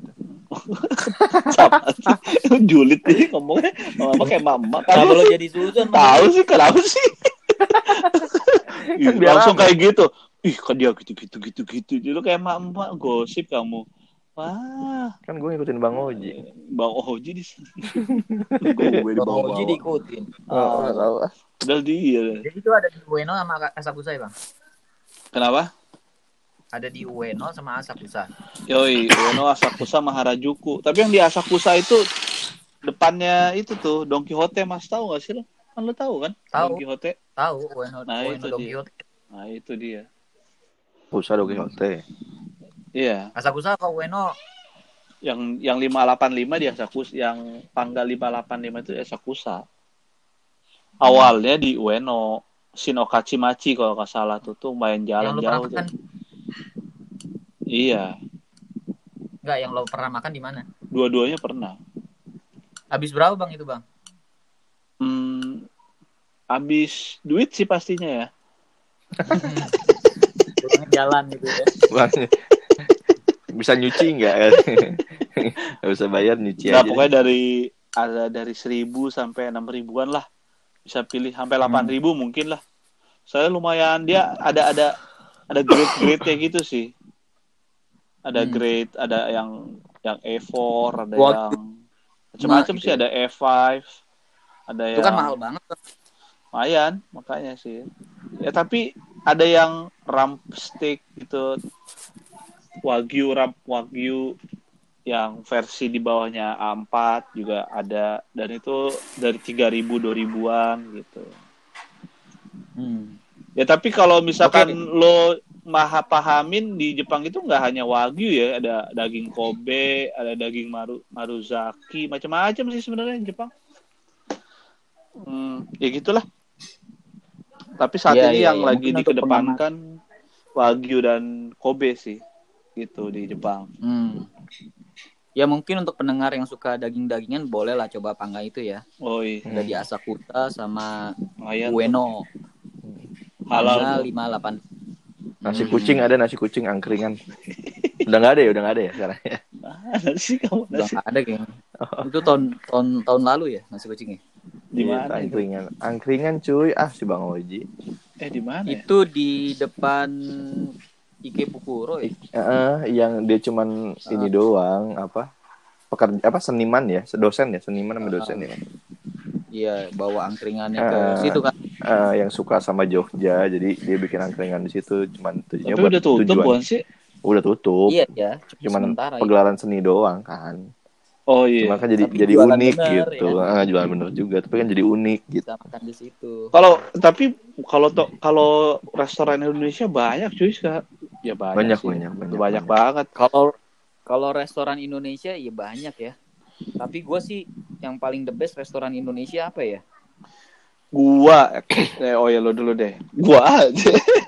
sama sih. Julid nih ngomongnya. Mama kayak mama. Kenapa Kan lo jadi Susan? tahu sih kenapa sih? Ih, Kan biar langsung rame. kayak gitu. Ih, kan dia gitu-gitu gitu-gitu. Jadi kayak emak-emak gosip kamu. Wah, Kan gue ngikutin Bang Oji. Bang Oji di gue di Bang bawah. Oji diikutin. Oh, nggak tahu ah. Padahal dia. Jadi itu ada di Ueno sama Asakusa ya, Bang? Kenapa? Ada di Ueno sama Asakusa. Yoi, Ueno Asakusa sama Harajuku. Tapi yang di Asakusa itu depannya itu tuh Don Quixote, Mas, tahu gak sih lo? Kan lo tahu kan? Tahu. Don Quixote. Tahu Ueno, Nah, Ueno itu Don dia. Quixote. Nah, itu dia. Pusat Don Quixote. Iya, Asakusa apa Ueno? yang yang lima delapan lima di Asakusa, yang tanggal lima delapan lima itu Asakusa. Awalnya di Ueno, Shinokachimachi kalau nggak salah tuh tuh main jalan Yang lo pernah jauh makan? tuh. Iya, Enggak, yang lo pernah makan di mana? dua-duanya pernah. Habis berapa, Bang, itu, Bang? Hmm, habis duit sih pastinya ya. Pulangnya jalan gitu ya. Bang, bisa nyuci nggak? Nggak usah bayar, nyuci Nah, aja. pokoknya dari ada dari seribu sampai enam ribuan lah. Bisa pilih sampai delapan ribu mungkin lah. Saya lumayan, dia ada ada ada grade-grade-nya gitu sih. Ada Hmm. grade, ada yang yang A empat, ada Wah, yang macam-macam nah, sih, gitu. ada A lima, ada Itu yang kan mahal banget. lumayan, makanya sih. Ya tapi ada yang rump steak gitu, wagyu, rump wagyu yang versi di bawahnya A empat juga ada, dan itu dari tiga ribu dua ribuan gitu. Hmm. Ya tapi kalau misalkan Oke. lo maha pahamin di Jepang itu nggak hanya wagyu ya, ada daging Kobe, ada daging maru, maruzaki, macam-macam sih sebenarnya di Jepang. Hmm, ya gitulah. Tapi saat Iya, ini iya, yang iya. lagi Mungkin untuk dikedepankan wagyu dan Kobe sih, gitu di Jepang. Hmm. Ya mungkin untuk pendengar yang suka daging-dagingan boleh lah coba panggang itu ya. Oh iya, Ada di Asakusa sama lumayan tuh. Ueno. Halal Harga tuh. lima delapan. Nasi Hmm. kucing ada, nasi kucing angkringan. Udah nggak ada ya, udah nggak ada ya sekarang ya. Mana sih kamu Udah nasi? nggak ada kayaknya. Itu tahun tahun tahun lalu ya nasi kucingnya. Di Iya, mana itu? angkringan. Angkringan cuy, ah si Bang Oji. Eh di mana ya? Itu di depan Ikebukuro ya. Heeh, yang dia cuman ini doang apa? Pekerja apa seniman ya, dosen ya, seniman sama dosen ya. Iya, bawa angkringannya ke Eh, situ kan. eh, yang suka sama Jogja, jadi dia bikin angkringan di situ, cuman tujuannya Tapi buat udah tutup tujuan. bukan sih? Udah tutup. Iya ya, Cuman sementara. pegelaran seni doang kan. Oh iya. Cuma kan jadi Tapi jadi jualan unik bener, gitu. ya. Ah, jualan bener juga, tapi kan jadi unik gitu. Bisa makan di situ. Kalau tapi kalau to, kalau restoran Indonesia banyak cuy sekarang. Ya banyak, Banyak, sih. banyak, banyak, banyak banyak. banget. Kalau kalau restoran Indonesia ya banyak ya. Tapi gue sih yang paling the best restoran Indonesia apa ya? Gua eh, oh ya lo dulu deh. Gua aja.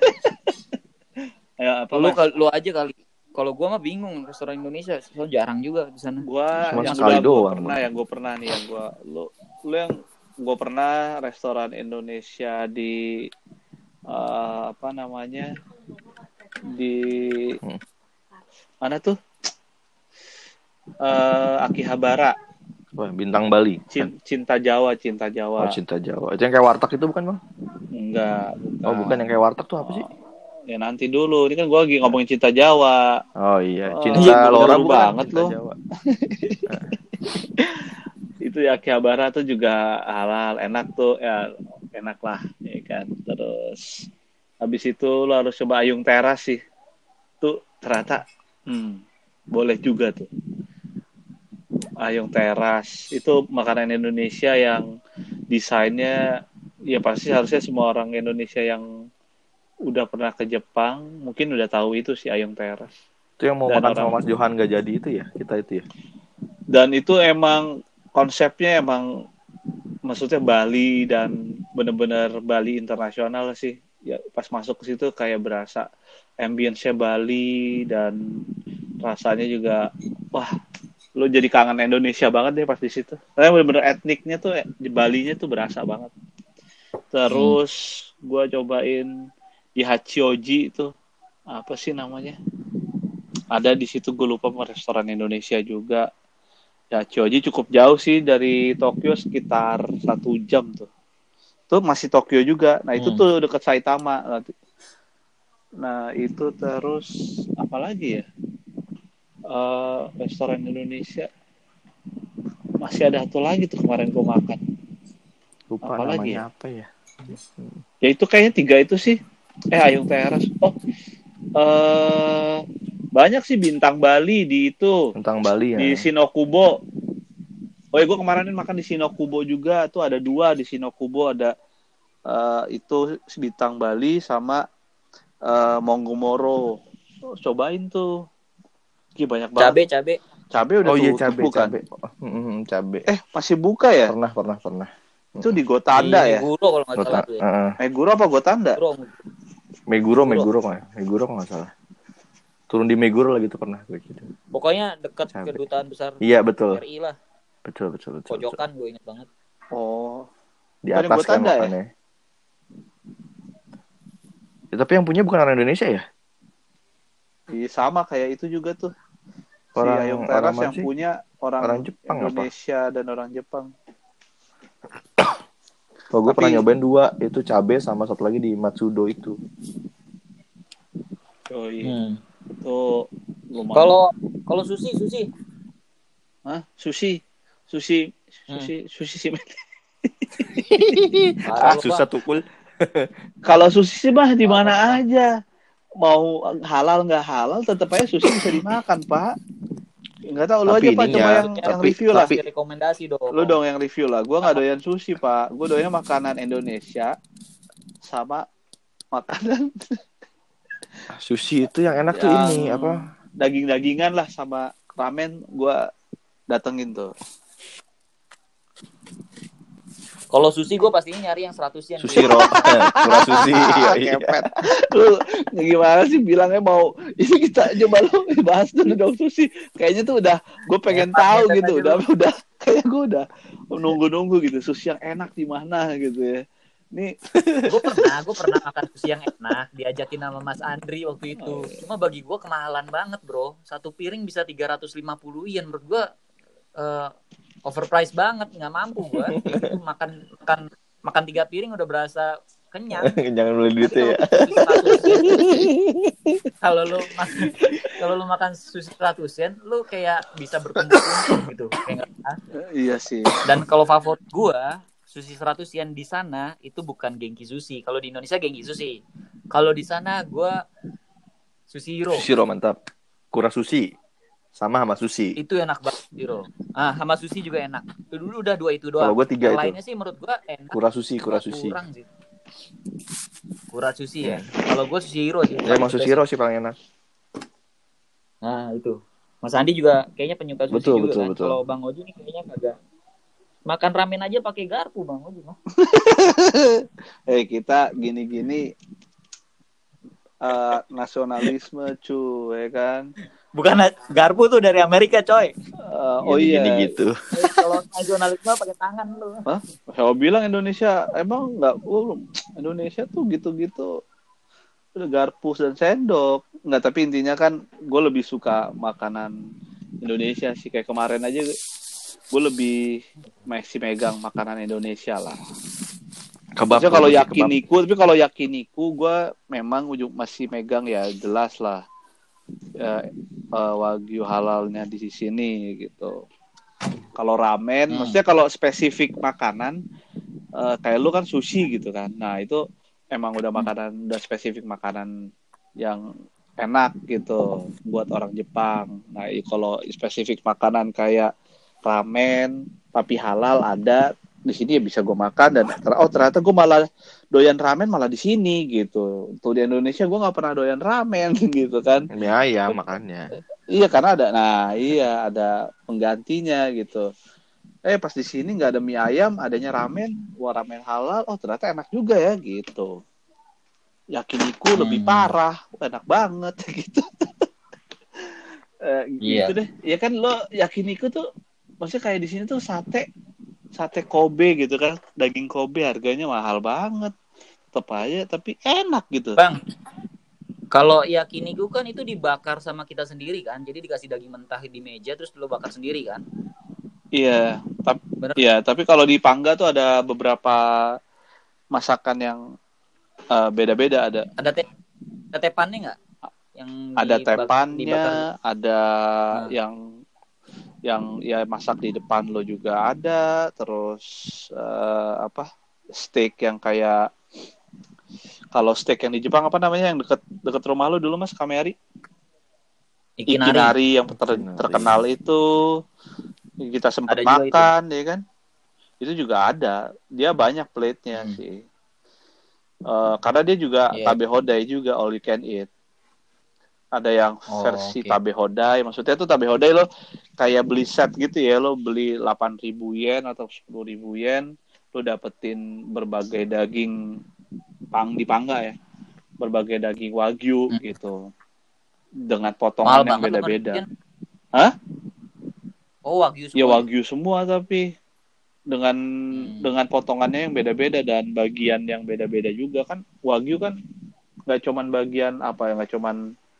Ya, apa Lu Mas? lu aja kali. Kalau gue mah bingung restoran Indonesia, soalnya jarang juga di sana. Gua Cuma yang sekali udah gua doang, pernah Bang. yang gue pernah nih yang gua lu lu yang gue pernah restoran Indonesia di eh, apa namanya di Hmm. mana tuh eh Akihabara, Wah, Bintang Bali. Cin- Cinta Jawa, Cinta Oh, Jawa. Cinta Jawa. Itu yang kayak warteg itu bukan, Bang? Enggak, bukan. Oh, bukan yang kayak warteg tuh apa sih? Ya nanti dulu, ini kan gue lagi ngomongin Cinta Jawa. Oh iya, Oh, Cinta iya, Lora bener-bener bukan? banget Cinta lo. Jawa. Itu ya Akihabara tuh juga halal, enak tuh, ya enak lah, ya kan. Terus habis itu lo harus coba Ayung Teras sih, tuh ternyata, hmm, boleh juga tuh. Ayung Teras itu makanan Indonesia yang desainnya, ya pasti harusnya semua orang Indonesia yang udah pernah ke Jepang mungkin udah tahu itu si Ayung Teras. Itu yang mau Dan makan orang- sama Mas Johan gak jadi itu ya, kita itu ya. Dan itu emang konsepnya emang maksudnya Bali dan bener-bener Bali internasional sih. Ya pas masuk ke situ kayak berasa ambience-nya Bali dan rasanya juga wah, lu jadi kangen Indonesia banget deh pas di situ. Karena bener-bener etniknya tuh di Balinya tuh berasa banget. Terus gua cobain di Hachioji itu apa sih namanya? Ada di situ gue lupa, restoran Indonesia juga. Ya Hachioji cukup jauh sih dari Tokyo, sekitar satu jam tuh. Tuh masih Tokyo juga. Nah itu Hmm. tuh dekat Saitama. Nah itu terus apa lagi ya? Eh, restoran Indonesia masih ada satu lagi tuh kemarin gue makan. Lupa Apa namanya lagi ya? apa ya. Ya itu kayaknya tiga itu sih. Eh Ayung Teras. Oh, eh banyak sih Bintang Bali di itu. Tentang Bali ya. Di Shinokubo. Oh ya gue kemarin makan di Shinokubo juga. Tuh ada dua di Shinokubo. Ada eh, itu Bintang Bali sama eh, Monggomoro. Oh, cobain tuh. Gih, banyak banget. Cabe cabe. Cabe udah Oh iya, tutup cabe, bukan? cabe. Oh, mm, cabe. Eh masih buka ya? Pernah, pernah, pernah. Itu di Gotanda Di ya? Meguro kalau nggak salah Gota, tuh ya. uh, Meguro apa Gotanda? Meguro. Meguro, Meguro. Meguro kok ya. Meguro kok nggak salah. Turun di Meguro lagi tuh pernah gue gitu. Pokoknya dekat Cabe. kedutaan besar Iya, betul. R I lah. Betul, betul, betul. betul. Pojokan gue ingat banget. Oh. Di Bukan yang atas kan Gotanda ya? makannya. Ya, tapi yang punya bukan orang Indonesia ya? Iya sama kayak itu juga tuh. Orang- si Ayung orang Teras mana yang sih? punya orang, Orang Jepang apa? Indonesia dan orang Jepang. Kalau gue Tapi- pernah nyobain dua, itu cabe sama satu lagi di Matsudo itu. Yoi. Hmm. Itu lumayan. Kalau kalau sushi sushi. Hah? Sushi. Sushi. Hmm. Sushi. Sushi sih. Parah Ah, lu, susah Pak. tuh, Kul. Kalau sushi sih mah di Parah, mana Pak. aja. Mau halal nggak halal tetap aja sushi bisa dimakan, Pak. Nggak tahu lu Tapi aja Pak, ininya, coba yang, yang tapi- review lah. Kasih rekomendasi dong. Lu dong yang review lah. Gua nggak doyan sushi, Pak. Gua doyan makanan Indonesia sama makanan Sushi itu yang enak tuh Yang ini apa? daging-dagingan lah sama ramen gue datengin tuh. Kalau sushi gue pastinya nyari yang seratus yen. Sushi ro, kurang sushi. Iya, iya. Kepet. Lu gimana sih bilangnya mau ini kita coba lu bahas dulu dong sushi. Kayaknya tuh udah gue pengen Hebat, tahu hebat gitu. aja Udah lu. udah kayak gue udah nunggu-nunggu gitu sushi yang enak di mana gitu ya. Nih Gue pernah, gue pernah makan sushi yang enak, diajakin sama Mas Andri waktu itu. Cuma bagi gue kemahalan banget bro. Satu piring bisa tiga ratus lima puluh yen. Menurut gue uh, overpriced banget, nggak mampu gue. Itu makan makan makan tiga piring udah berasa kenyang. Jangan beli duit Tapi ya. kalau lu makan kalau lu makan sushi seratus yen, lu kayak bisa berkumpul gitu. Kayak nggak. iya sih. Dan kalau favorit gue sushi seratus yen di sana itu bukan Genki Sushi. Kalau di Indonesia Genki Sushi. Kalau di sana gue Sushiro. Sushiro mantap. Kura sushi. Sama sama sushi. Itu enak banget Sushiro. Ah, sama sushi juga enak. Itu dulu udah dua itu doang. Kalau gue tiga Yang itu. lainnya sih menurut gue enak. Kura sushi, kura sushi. Kurang sih. Kura sushi ya. Kalau gue Sushiro sih. Ya emang Sushiro sih paling enak. Nah, itu. Mas Andi juga kayaknya penyuka sushi Betul, juga betul, kan. betul. Kalau Bang Oji nih kayaknya kagak. Makan ramen aja pakai garpu Bang Oji mah. Eh kita gini-gini uh, nasionalisme cuy ya kan. Bukan garpu tuh dari Amerika coy. Uh, oh iya. Gini gitu. Kalau nasionalisme pakai tangan lu. Hah? Saya bilang Indonesia emang nggak, uh, Indonesia tuh gitu-gitu udah garpu dan sendok. Nggak, tapi intinya kan gue lebih suka makanan Indonesia sih. Kayak kemarin aja gue lebih masih megang makanan Indonesia lah. Kebab. Maksudnya kalau masih yakiniku, tapi kalau yakiniku gue memang ujung masih megang ya jelas lah. Ya, uh, wagyu halalnya di sini gitu. Kalau ramen, Hmm. maksudnya kalau spesifik makanan uh, kayak lu kan sushi gitu kan. Nah, itu emang udah makanan udah spesifik makanan yang enak gitu buat orang Jepang. Nah, kalau spesifik makanan kayak ramen tapi halal ada di sini ya bisa gue makan dan oh ternyata gue malah doyan ramen malah di sini gitu. Tuh di Indonesia gue nggak pernah doyan ramen gitu kan. Mie ayam makanya. Iya karena ada, nah iya ada penggantinya gitu. Eh pas di sini nggak ada mie ayam, adanya ramen, wah ramen halal, oh ternyata enak juga ya gitu. Yakiniku Hmm. lebih parah, wah, enak banget gitu. eh, Iya. Gitu deh. Ya kan lo yakiniku tuh, maksudnya kayak di sini tuh sate, sate Kobe gitu kan, daging Kobe harganya mahal banget, tetap aja tapi enak gitu. Bang, kalau yakiniku kan itu dibakar sama kita sendiri kan, jadi dikasih daging mentah di meja terus lo bakar sendiri kan. Iya, tapi Bener. ya, tapi kalau di Pangga tuh ada beberapa masakan yang uh, beda-beda ada. Ada te ada tepannya nggak? Yang Ada dibak- tepannya, dibakar. ada Nah. yang yang ya masak di depan lo juga ada, terus uh, apa steak yang kayak kalau steak yang di Jepang apa namanya yang deket deket rumah lo dulu Mas Kameri? Ikinari. Ikinari yang ter- Ikinari. terkenal itu kita sempat Ada juga makan ya kan? Itu juga ada, dia banyak plate-nya Hmm. sih. Uh, karena dia juga Iya. tabe hodai juga all you can eat. Ada yang Oh, versi oke. tabe hodai, maksudnya tuh tabe hodai lo kayak beli set gitu ya, lo beli delapan ribu yen atau sepuluh ribu yen, lo dapetin berbagai daging pang di Pangga ya, berbagai daging wagyu Hmm. gitu, dengan Mahal potongan yang banget beda-beda. kan? Hah? Oh, wagyu semua. Ya wagyu semua tapi dengan Hmm. dengan potongannya yang beda-beda dan bagian yang beda-beda juga kan. Wagyu kan nggak cuman bagian apa ya, nggak cuman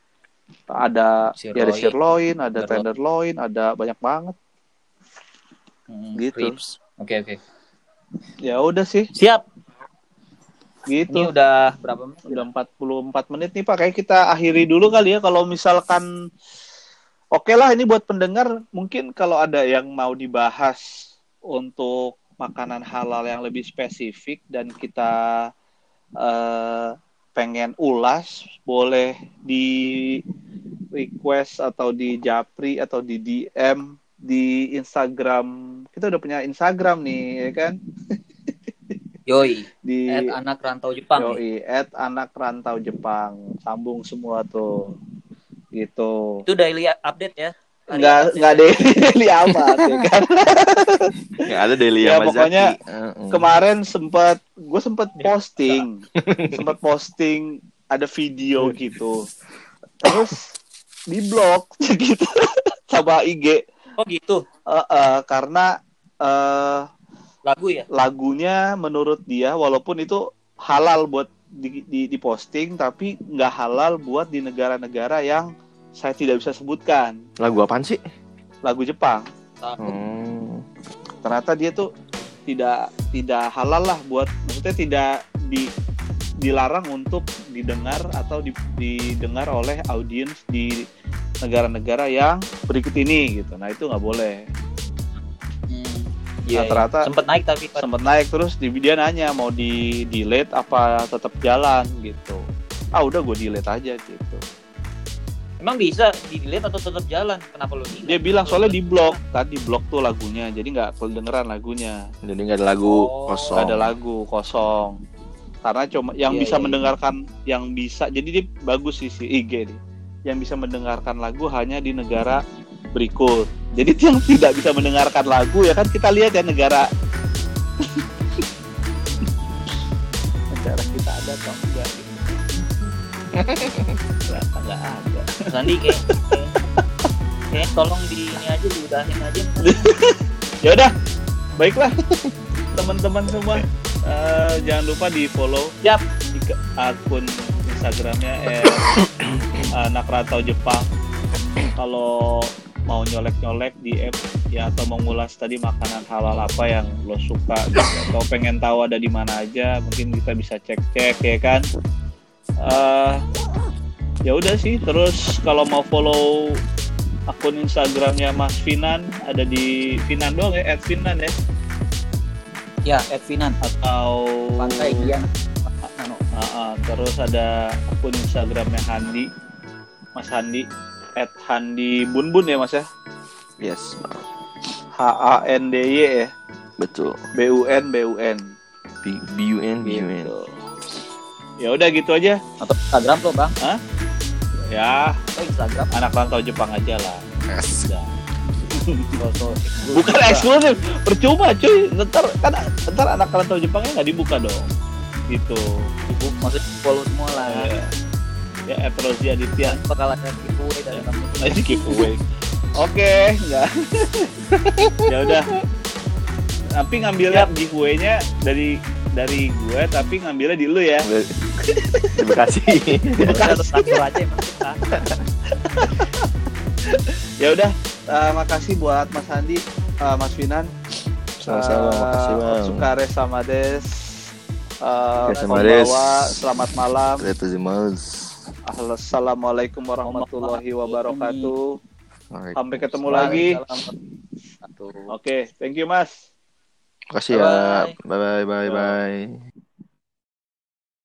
ada Sirloin, ya ada sirloin, ada tenderloin. tenderloin, ada banyak banget Hmm, gitu. ribs. Oke, oke. Ya udah sih Siap. gitu. Ini udah berapa menit? Udah empat puluh empat menit nih Pak. Kayak kita akhiri dulu kali ya. Kalau misalkan oke lah ini buat pendengar, mungkin kalau ada yang mau dibahas untuk makanan halal yang lebih spesifik dan kita eh, pengen ulas, boleh di request atau di japri atau di D M di Instagram. Kita udah punya Instagram nih, ya kan? Yoi. di At anak rantau Jepang. Yoi, at anak rantau Jepang. Sambung semua tuh. Gitu. Itu daily update ya. Nggak nggak daily amat ya kan. Nggak ada daily Ya Yamazaki. pokoknya Uh-uh. kemarin sempat gue sempat posting, sempat posting ada video gitu. Terus di blog gitu sama I G. Oh gitu. Uh, uh, karena uh, Lagu ya? lagunya menurut dia walaupun itu halal buat di, di, diposting, tapi nggak halal buat di negara-negara yang saya tidak bisa sebutkan. Lagu apaan sih? Lagu Jepang. Hmm. Ternyata dia tuh tidak tidak halal lah buat, maksudnya tidak di dilarang untuk didengar atau di, didengar oleh audiens di negara-negara yang berikut ini gitu. Nah itu nggak boleh. Hmm. Nah, Iya, ternyata iya. Sempet naik tapi sempat naik terus di dia nanya mau di delete apa tetap jalan gitu. Ah udah gue delete aja gitu. emang bisa di delete atau tetap jalan? Kenapa lu delete? Dia bilang soalnya di blok kan, di blok tuh lagunya, jadi nggak kedengeran lagunya. Jadi nggak ada lagu Oh, kosong. Nggak ada lagu kosong. Karena cuma yang Iya, bisa iya, mendengarkan, yang bisa, jadi dia bagus sih si I G nih. Yang bisa mendengarkan lagu hanya di negara berikut. Jadi yang tidak bisa mendengarkan lagu ya kan kita lihat ya negara negara kita ada atau enggak gitu. Ternyata nggak ada. Sandi kayak, kayak, kayak tolong di ini aja diudahin aja. Ya udah, baiklah teman-teman semua, uh, jangan lupa di follow Yap. di ke- akun Instagramnya eh, anak rantau Jepang. Kalau mau nyolek-nyolek di M ya, atau mau ngulas tadi makanan halal apa yang lo suka gitu, atau pengen tahu ada di mana aja, mungkin kita bisa cek-cek ya kan. Uh, ya udah sih, terus kalau mau follow akun Instagramnya Mas Finan ada di Finan doang ya, at Finan ya, Ya, Edvinan. atau Pantai Gian. Nano. Uh, uh, terus ada akun Instagramnya Handi, Mas Handi, at Handi Bunbun ya Mas ya, Yes, H A N D Y ya, betul. B U N B U N B U N B U N. gitu. Ya udah gitu aja Atau Instagram lo, Bang. ya, Atau Instagram. anak rantau Jepang aja lah. Yes. Udah. So, so, Bukan eksklusif, percuma cuy, ntar kan ntar anak rantau Jepangnya nggak dibuka dong gitu. Ibu, maksudnya follow semua lah. Ya, ya at Rozi Aditya Bakal ada giveaway dari kamu. aja giveaway. Oke, enggak. Ya udah. Tapi ngambilnya giveaway-nya dari dari gue, tapi ngambilnya di lu ya. Terima kasih. Kita tampil aja emang kita. Ya udah, uh, makasih buat Mas Andi, uh, Mas Finan. Sama-sama, makasih Bang. Sukare sama des. Uh, Sukare sama des. konbawa, selamat malam. Assalamualaikum warahmatullahi wabarakatuh. Sampai ketemu lagi. Oke, okay, thank you Mas. Makasih ya. Bye. Bye bye bye bye.